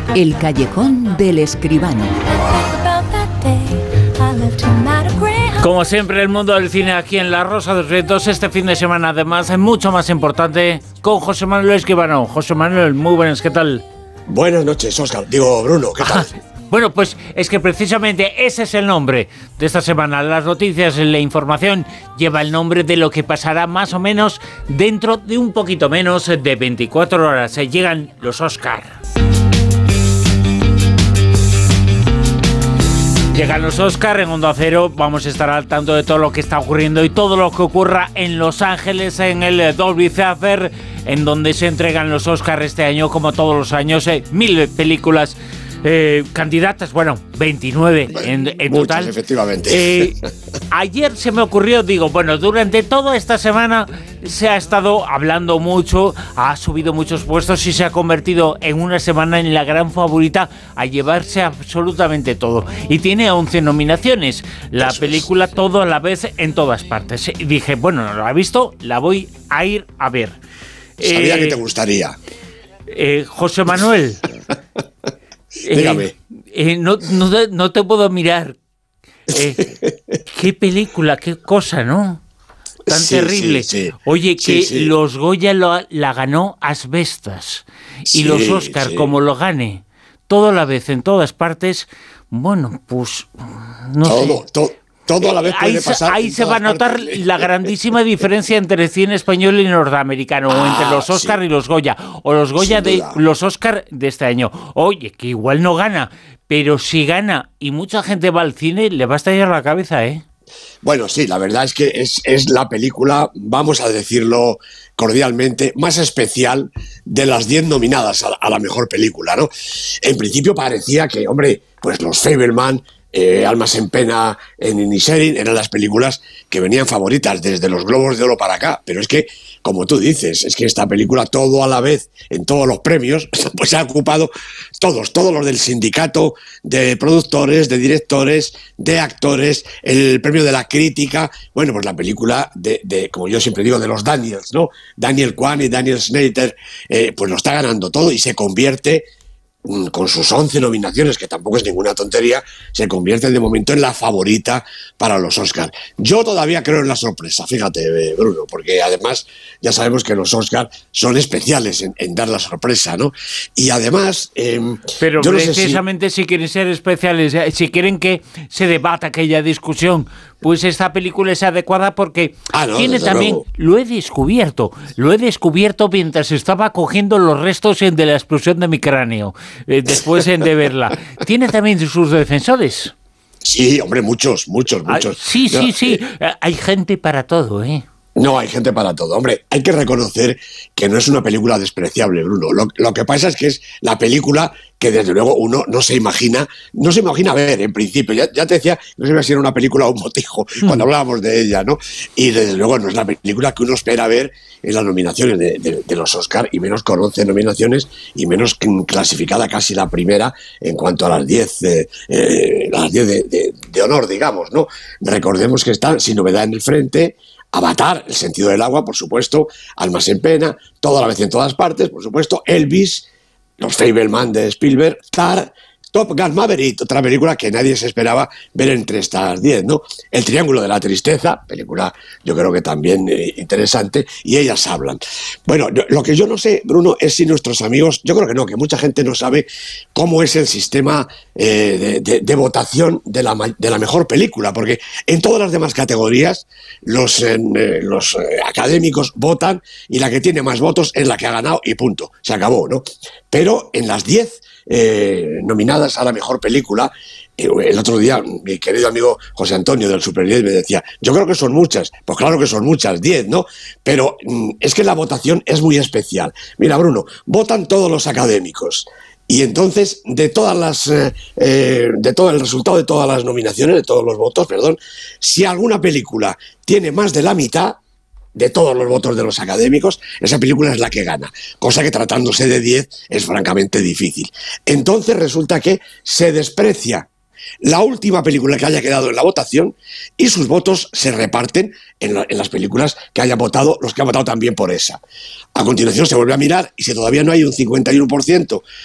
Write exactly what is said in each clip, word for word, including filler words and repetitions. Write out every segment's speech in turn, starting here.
El callejón del escribano. Como siempre, el mundo del cine aquí en La Rosa de los Vientos. Este fin de semana, además, es mucho más importante con José Manuel Escribano. José Manuel, muy buenas, ¿qué tal? Buenas noches, Óscar. Digo, Bruno, ¿qué tal? Bueno, pues es que precisamente ese es el nombre de esta semana. Las noticias, la información lleva el nombre de lo que pasará más o menos dentro de un poquito menos de veinticuatro horas. Llegan los Oscar. Llegan los Oscar en Onda Cero. Vamos a estar al tanto de todo lo que está ocurriendo y todo lo que ocurra en Los Ángeles, en el Dolby Theater, en donde se entregan los Oscar este año, como todos los años, eh, mil películas. Eh, candidatas, bueno, veintinueve en, en Muchas, total. efectivamente. Eh, ayer se me ocurrió, digo, bueno, durante toda esta semana se ha estado hablando mucho, ha subido muchos puestos y se ha convertido en una semana en la gran favorita a llevarse absolutamente todo. Y tiene once nominaciones. La Eso película es. Todo a la vez en todas partes. Y dije, bueno, no la he visto, la voy a ir a ver. Sabía eh, que te gustaría. Eh, José Manuel. Dígame. Eh, eh, no, no, no te puedo mirar. Eh, qué película, qué cosa, ¿no? Tan sí, terrible. Sí, sí. Oye, que sí, sí. los Goya lo, la ganó Asbestas. Sí, y los Oscar, sí. como lo gane, todo a la vez, en todas partes, bueno, pues no todo, sé. Todo. Todo a la vez puede ahí pasar. Ahí se va a notar partes. La grandísima diferencia entre cine español y norteamericano, ah, o entre los Oscar sí. y los Goya, o los Goya de los Oscar de este año. Oye, que igual no gana, pero si gana y mucha gente va al cine, le va a estallar la cabeza, ¿eh? Bueno, sí, la verdad es que es, es la película, vamos a decirlo cordialmente, más especial de las diez nominadas a, a la mejor película, ¿no? En principio parecía que, hombre, pues los Fabelman, Eh, Almas en Pena, en Inisherin eran las películas que venían favoritas desde los Globos de Oro para acá, pero es que, como tú dices, es que esta película todo a la vez, en todos los premios, pues ha ocupado todos, todos los del sindicato de productores, de directores, de actores, el premio de la crítica, bueno, pues la película de, de como yo siempre digo, de los Daniels, ¿no? Daniel Kwan y Daniel Snyder, eh, pues lo está ganando todo y se convierte, con sus once nominaciones, que tampoco es ninguna tontería, se convierte de momento en la favorita para los Oscar. Yo todavía creo en la sorpresa, fíjate, Bruno, porque además ya sabemos que los Oscar son especiales en, en dar la sorpresa, ¿no? Y además... Eh, Pero yo precisamente no sé si... si quieren ser especiales, si quieren que se debata aquella discusión, pues esta película es adecuada porque ah, no, tiene también, luego. lo he descubierto, lo he descubierto mientras estaba cogiendo los restos de la explosión de mi cráneo, eh, después de verla. Tiene también sus defensores. Sí, hombre, muchos, muchos, muchos. Ah, sí, sí, no, sí, eh, hay gente para todo, ¿eh? No, hay gente para todo. Hombre, hay que reconocer que no es una película despreciable, Bruno. Lo, lo que pasa es que es la película que desde luego uno no se imagina, no se imagina ver en principio. Ya, ya te decía, no sé si era una película o un botijo cuando hablábamos de ella, ¿no? Y desde luego no es la película que uno espera ver en las nominaciones de, de, de los Oscar, y menos con once nominaciones y menos clasificada casi la primera en cuanto a las diez eh, eh, las diez de, de, de honor, digamos, ¿no? Recordemos que están Sin Novedad en el Frente, Avatar, El Sentido del Agua, por supuesto, Almas en Pena, Toda la vez en todas partes, por supuesto, Elvis, Los Fabelman de Spielberg, Tar, Top Gun Maverick, otra película que nadie se esperaba ver entre estas diez, ¿no? El Triángulo de la Tristeza, película yo creo que también eh, interesante, y Ellas hablan. Bueno, lo que yo no sé, Bruno, es si nuestros amigos, yo creo que no, que mucha gente no sabe cómo es el sistema eh, de, de, de votación de la, de la mejor película, porque en todas las demás categorías los, eh, los eh, académicos votan y la que tiene más votos es la que ha ganado y punto, se acabó, ¿no? Pero en las diez Eh, nominadas a la mejor película, eh, el otro día mi querido amigo José Antonio del Super diez me decía, yo creo que son muchas, pues claro que son muchas, diez, ¿no? Pero mm, es que la votación es muy especial. Mira, Bruno, votan todos los académicos. Y entonces, de todas las, eh, eh, de todo el resultado de todas las nominaciones, de todos los votos, perdón, si alguna película tiene más de la mitad de todos los votos de los académicos, esa película es la que gana, cosa que tratándose de diez es francamente difícil. Entonces resulta que se desprecia la última película que haya quedado en la votación y sus votos se reparten en, la, en las películas que hayan votado los que han votado también por esa. A continuación se vuelve a mirar y si todavía no hay un cincuenta y uno por ciento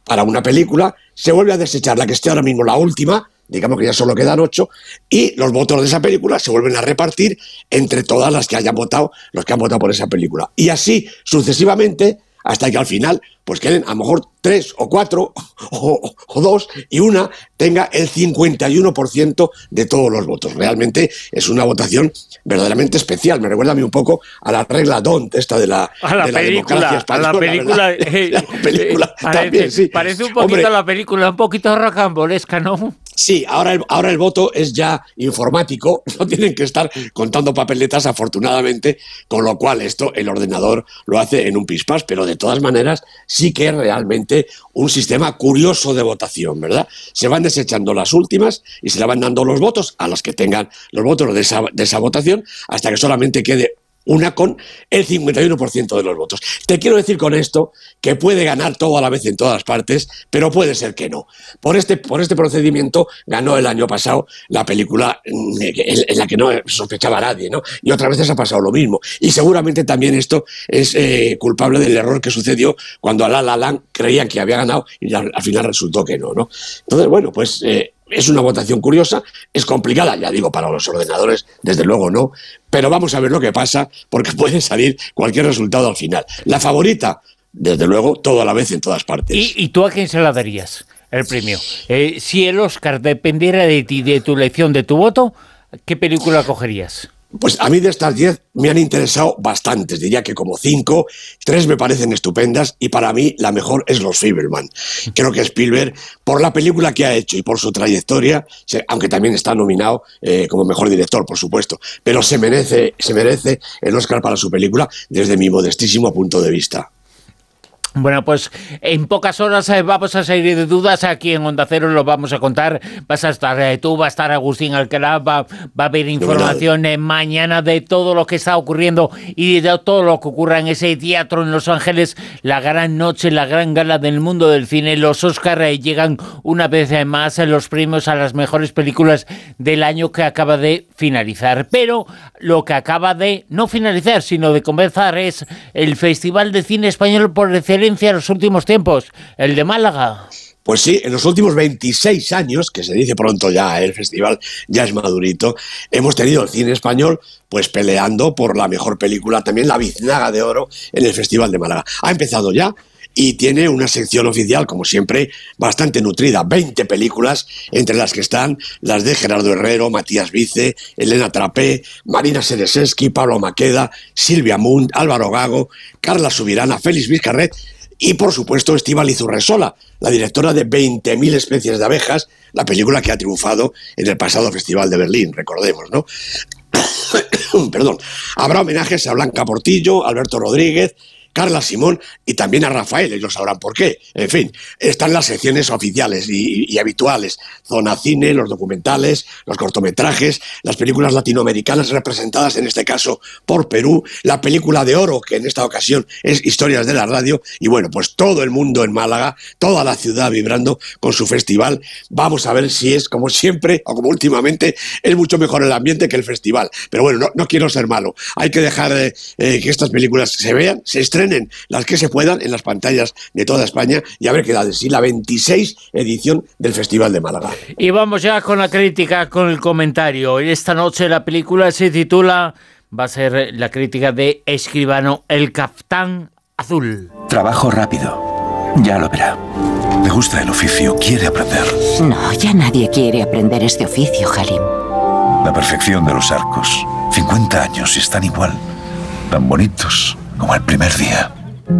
para una película, se vuelve a desechar la que esté ahora mismo la última, digamos que ya solo quedan ocho, y los votos de esa película se vuelven a repartir entre todas las que hayan votado, los que han votado por esa película. Y así sucesivamente, hasta que al final pues queden a lo mejor tres o cuatro o, o dos y una tenga el cincuenta y uno por ciento de todos los votos. Realmente es una votación verdaderamente especial. Me recuerda a mí un poco a la regla D'Hondt, esta de la, a la de la película, democracia española. A la película, eh, la película eh, también, parece, sí. Parece un poquito Hombre, la película, un poquito rocambolesca, ¿no? Sí, ahora el, ahora el voto es ya informático, no tienen que estar contando papeletas, afortunadamente, con lo cual esto el ordenador lo hace en un pispás, pero de todas maneras sí que es realmente un sistema curioso de votación, ¿verdad? Se van desechando las últimas y se le van dando los votos a las que tengan los votos de esa, de esa votación hasta que solamente quede una con el cincuenta y uno por ciento de los votos. Te quiero decir con esto que puede ganar todo a la vez en todas partes, pero puede ser que no. Por este, por este procedimiento ganó el año pasado la película en la que no sospechaba nadie, ¿no? Y otras veces ha pasado lo mismo. Y seguramente también esto es eh, culpable del error que sucedió cuando a La La Land creían que había ganado y al, al final resultó que no, ¿no? Entonces, bueno, pues... Eh, Es una votación curiosa, es complicada, ya digo, para los ordenadores, desde luego no, pero vamos a ver lo que pasa, porque puede salir cualquier resultado al final. La favorita, desde luego, todo a la vez en todas partes. ¿Y, y tú a quién se la darías el premio? Eh, si el Oscar dependiera de ti, de tu elección, de tu voto, ¿qué película cogerías? Pues a mí de estas diez me han interesado bastantes, diría que como cinco, tres me parecen estupendas y para mí la mejor es Los Fabelmans. Creo que Spielberg, por la película que ha hecho y por su trayectoria, aunque también está nominado eh, como mejor director, por supuesto, pero se merece, se merece el Oscar para su película desde mi modestísimo punto de vista. Bueno, pues en pocas horas eh, vamos a salir de dudas. Aquí en Onda Cero lo vamos a contar. Vas a estar eh, tú, va a estar Agustín Alcalá, va, va a haber información eh, mañana de todo lo que está ocurriendo y de todo lo que ocurra en ese teatro en Los Ángeles. La gran noche, la gran gala del mundo del cine. Los Oscar eh, llegan una vez más en los premios a las mejores películas del año que acaba de finalizar. Pero lo que acaba de no finalizar, sino de comenzar es el Festival de Cine Español por excelencia en los últimos tiempos, el de Málaga. Pues sí, en los últimos veintiséis años, que se dice pronto ya, el festival ya es madurito, hemos tenido el cine español pues peleando por la mejor película, también la Biznaga de Oro en el Festival de Málaga. Ha empezado ya y tiene una sección oficial, como siempre, bastante nutrida. veinte películas, entre las que están las de Gerardo Herrero, Matías Vice, Elena Trapé, Marina Sereseski, Pablo Maqueda, Silvia Munt, Álvaro Gago, Carla Subirana, Félix Vizcarret y, por supuesto, Estíbaliz Urresola, la directora de veinte mil especies de abejas, la película que ha triunfado en el pasado Festival de Berlín, recordemos, ¿no? Perdón. Habrá homenajes a Blanca Portillo, Alberto Rodríguez, Carla Simón y también a Rafael, ellos sabrán por qué. En fin, están las secciones oficiales y, y habituales, Zona Cine, los documentales, los cortometrajes, las películas latinoamericanas representadas en este caso por Perú, la película de oro que en esta ocasión es Historias de la Radio y bueno, pues todo el mundo en Málaga, toda la ciudad vibrando con su festival. Vamos a ver si es como siempre o como últimamente, es mucho mejor el ambiente que el festival. Pero bueno, no, no quiero ser malo, hay que dejar eh, eh, que estas películas se vean, se estrenen las que se puedan en las pantallas de toda España y a ver qué da de sí la veintiséis edición del Festival de Málaga. Y vamos ya con la crítica, con el comentario. Esta noche la película se titula, va a ser la crítica de Escribano, El Caftán Azul. Trabajo rápido, ya lo verá. Le gusta el oficio, quiere aprender. No, ya nadie quiere aprender este oficio, Halim. La perfección de los arcos. cincuenta años y están igual, tan bonitos como el primer día.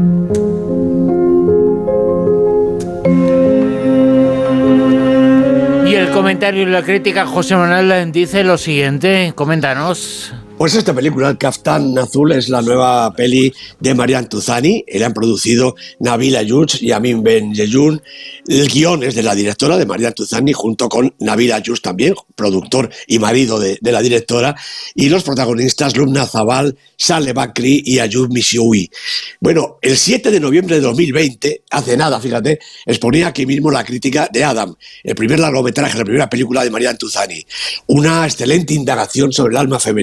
Y el comentario y la crítica, José Manuel dice lo siguiente, coméntanos. Pues esta película, El Caftán Azul, es la nueva peli de Marian Tuzani. La han producido Nabil Ayouch y Amin Ben Yeyun. El guión es de la directora, de Marian Tuzani, junto con Nabil Ayouch también, productor y marido de, de la directora. Y los protagonistas, Lubna Zabal, Saleh Bakri y Ayub Missioui. Bueno, el siete de noviembre de dos mil veinte, hace nada, fíjate, exponía aquí mismo la crítica de Adam, el primer largometraje, la primera película de Marian Tuzani. Una excelente indagación sobre el alma femenina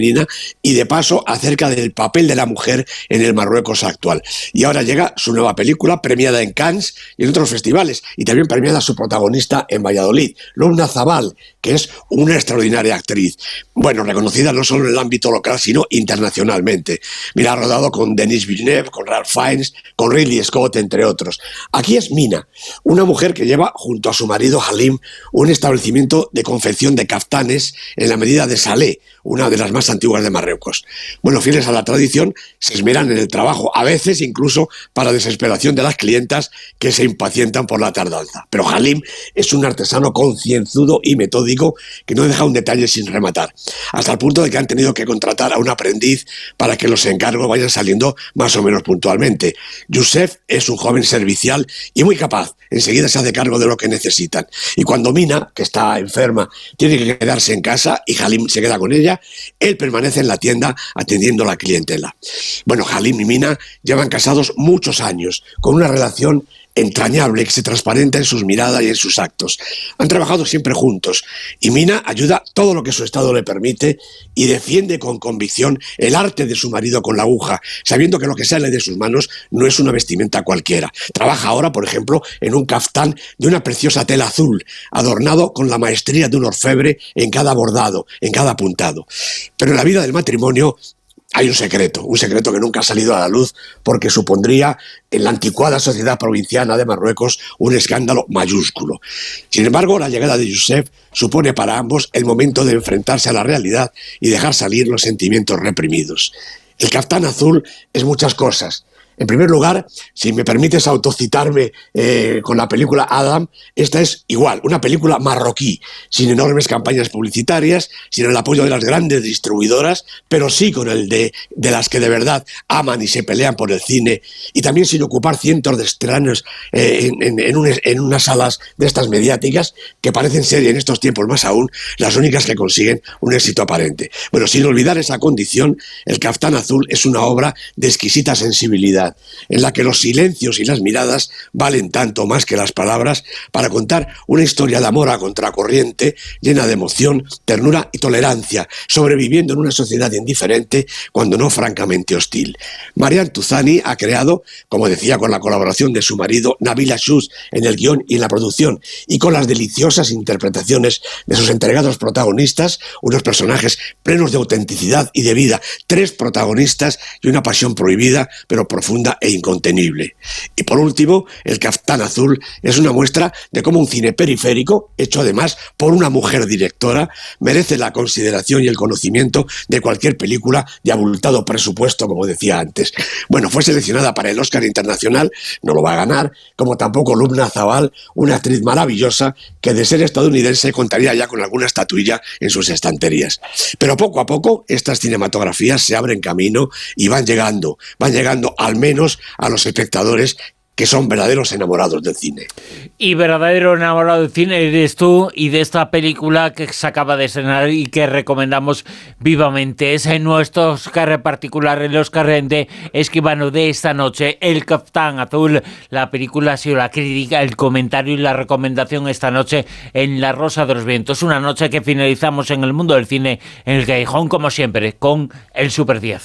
y de paso acerca del papel de la mujer en el Marruecos actual. Y ahora llega su nueva película, premiada en Cannes y en otros festivales, y también premiada su protagonista en Valladolid, Lubna Zabal, que es una extraordinaria actriz. Bueno, reconocida no solo en el ámbito local, sino internacionalmente. Mira, ha rodado con Denis Villeneuve, con Ralph Fiennes, con Ridley Scott, entre otros. Aquí es Mina, una mujer que lleva junto a su marido Halim un establecimiento de confección de caftanes en la medida de Salé, una de las más antiguas de Marruecos. Bueno, fieles a la tradición, se esmeran en el trabajo, a veces incluso para desesperación de las clientas que se impacientan por la tardanza. Pero Halim es un artesano concienzudo y metódico que no deja un detalle sin rematar, hasta el punto de que han tenido que contratar a un aprendiz para que los encargos vayan saliendo más o menos puntualmente. Youssef es un joven servicial y muy capaz, enseguida se hace cargo de lo que necesitan. Y cuando Mina, que está enferma, tiene que quedarse en casa y Halim se queda con ella, él permanece en la tienda atendiendo a la clientela. Bueno, Halim y Mina llevan casados muchos años, con una relación entrañable que se transparenta en sus miradas y en sus actos. Han trabajado siempre juntos y Mina ayuda todo lo que su estado le permite y defiende con convicción el arte de su marido con la aguja, sabiendo que lo que sale de sus manos no es una vestimenta cualquiera. Trabaja ahora, por ejemplo, en un caftán de una preciosa tela azul, adornado con la maestría de un orfebre en cada bordado, en cada puntado. Pero en la vida del matrimonio hay un secreto, un secreto que nunca ha salido a la luz porque supondría en la anticuada sociedad provinciana de Marruecos un escándalo mayúsculo. Sin embargo, la llegada de Youssef supone para ambos el momento de enfrentarse a la realidad y dejar salir los sentimientos reprimidos. El caftán azul es muchas cosas. En primer lugar, si me permites autocitarme eh, con la película Adam, esta es igual, una película marroquí, sin enormes campañas publicitarias, sin el apoyo de las grandes distribuidoras, pero sí con el de, de las que de verdad aman y se pelean por el cine, y también sin ocupar cientos de estrenos eh, en, en, en, un, en unas salas de estas mediáticas, que parecen ser, y en estos tiempos más aún, las únicas que consiguen un éxito aparente. Bueno, sin olvidar esa condición, El Caftán Azul es una obra de exquisita sensibilidad, en la que los silencios y las miradas valen tanto más que las palabras para contar una historia de amor a contracorriente, llena de emoción, ternura y tolerancia, sobreviviendo en una sociedad indiferente, cuando no francamente hostil. Marianne Tuzani ha creado, como decía, con la colaboración de su marido Nabil Achouz en el guión y en la producción, y con las deliciosas interpretaciones de sus entregados protagonistas, unos personajes plenos de autenticidad y de vida, tres protagonistas y una pasión prohibida, pero profunda e incontenible. Y por último, El Caftán Azul es una muestra de cómo un cine periférico, hecho además por una mujer directora, merece la consideración y el conocimiento de cualquier película de abultado presupuesto, como decía antes. Bueno, fue seleccionada para el Oscar Internacional, no lo va a ganar, como tampoco Lubna Zabal, una actriz maravillosa que de ser estadounidense contaría ya con alguna estatuilla en sus estanterías. Pero poco a poco estas cinematografías se abren camino y van llegando, van llegando al menos a los espectadores que son verdaderos enamorados del cine. Y verdadero enamorado del cine eres tú y de esta película que se acaba de estrenar y que recomendamos vivamente. Es en nuestro Oscar particular, el Oscar de Escribano de esta noche, El Caftán Azul. La película ha sido la crítica, el comentario y la recomendación esta noche en La Rosa de los Vientos. Una noche que finalizamos en el mundo del cine, en el callejón, como siempre, con el Super diez.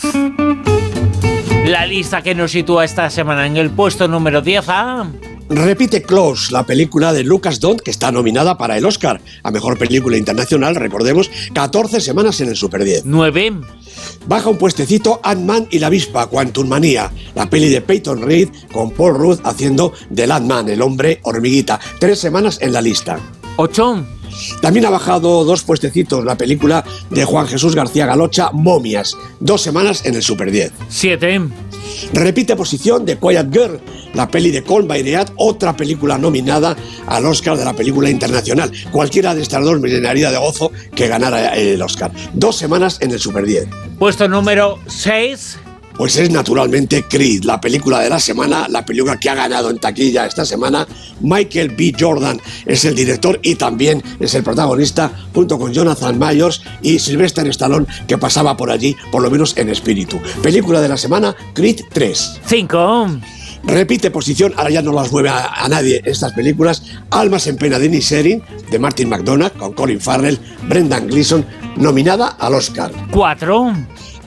La lista que nos sitúa esta semana en el puesto número diez a... Repite Close, la película de Lucas Dont, que está nominada para el Oscar a Mejor Película Internacional, recordemos, catorce semanas en el Super diez. nueve. Baja un puestecito Ant-Man y la avispa, Quantum Manía, la peli de Peyton Reed con Paul Rudd haciendo del Ant-Man, el hombre hormiguita. Tres semanas en la lista. ocho. También ha bajado dos puestecitos la película de Juan Jesús García Galocha, Momias, dos semanas en el Super diez. siete. Repite posición de Quiet Girl, la peli de Colm Baireat, otra película nominada al Oscar de la película internacional. Cualquiera de estas dos me llenaría de gozo que ganara el Oscar. Dos semanas en el Super diez. Puesto número seis. Pues es naturalmente Creed, la película de la semana, la película que ha ganado en taquilla esta semana. Michael B. Jordan es el director y también es el protagonista, junto con Jonathan Majors y Sylvester Stallone, que pasaba por allí, por lo menos en espíritu. Película de la semana, Creed tres. cinco. Repite posición, ahora ya no las mueve a, a nadie estas películas. Almas en pena de Inisherin, de Martin McDonagh, con Colin Farrell, Brendan Gleeson, nominada al Oscar. cuatro.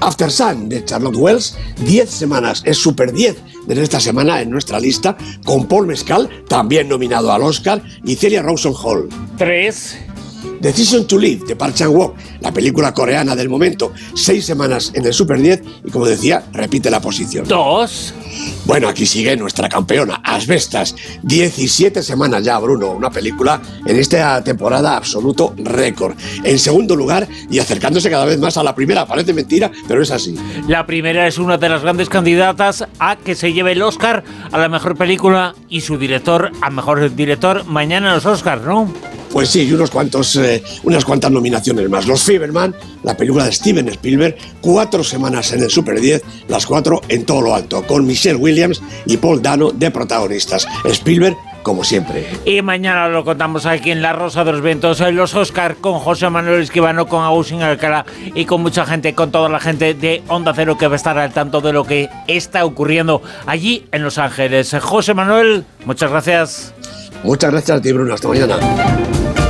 After Sun, de Charlotte Wells, diez semanas, es Super diez de esta semana en nuestra lista, con Paul Mescal, también nominado al Oscar, y Celia Rawson Hall. Tres. Decision to Live, de Park Chan-wook, la película coreana del momento, seis semanas en el Super diez y, como decía, repite la posición. Dos. Bueno, aquí sigue nuestra campeona, Asbestas, diecisiete semanas ya, Bruno, una película en esta temporada absoluto récord. En segundo lugar, y acercándose cada vez más a la primera, parece mentira, pero es así. La primera es una de las grandes candidatas a que se lleve el Oscar a la mejor película y su director a mejor director mañana en los Oscars, ¿no? Pues sí, y unos cuantos, eh, unas cuantas nominaciones más. Los Fabelman, la película de Steven Spielberg, cuatro semanas en el Super diez, las cuatro en todo lo alto, con Michelle Williams y Paul Dano de protagonistas. Spielberg, como siempre. Y mañana lo contamos aquí en La Rosa de los Vientos, en los Oscar, con José Manuel Esquivano, con Agustín Alcalá y con mucha gente, con toda la gente de Onda Cero que va a estar al tanto de lo que está ocurriendo allí en Los Ángeles. José Manuel, muchas gracias. Muchas gracias a ti, Bruno. Hasta mañana.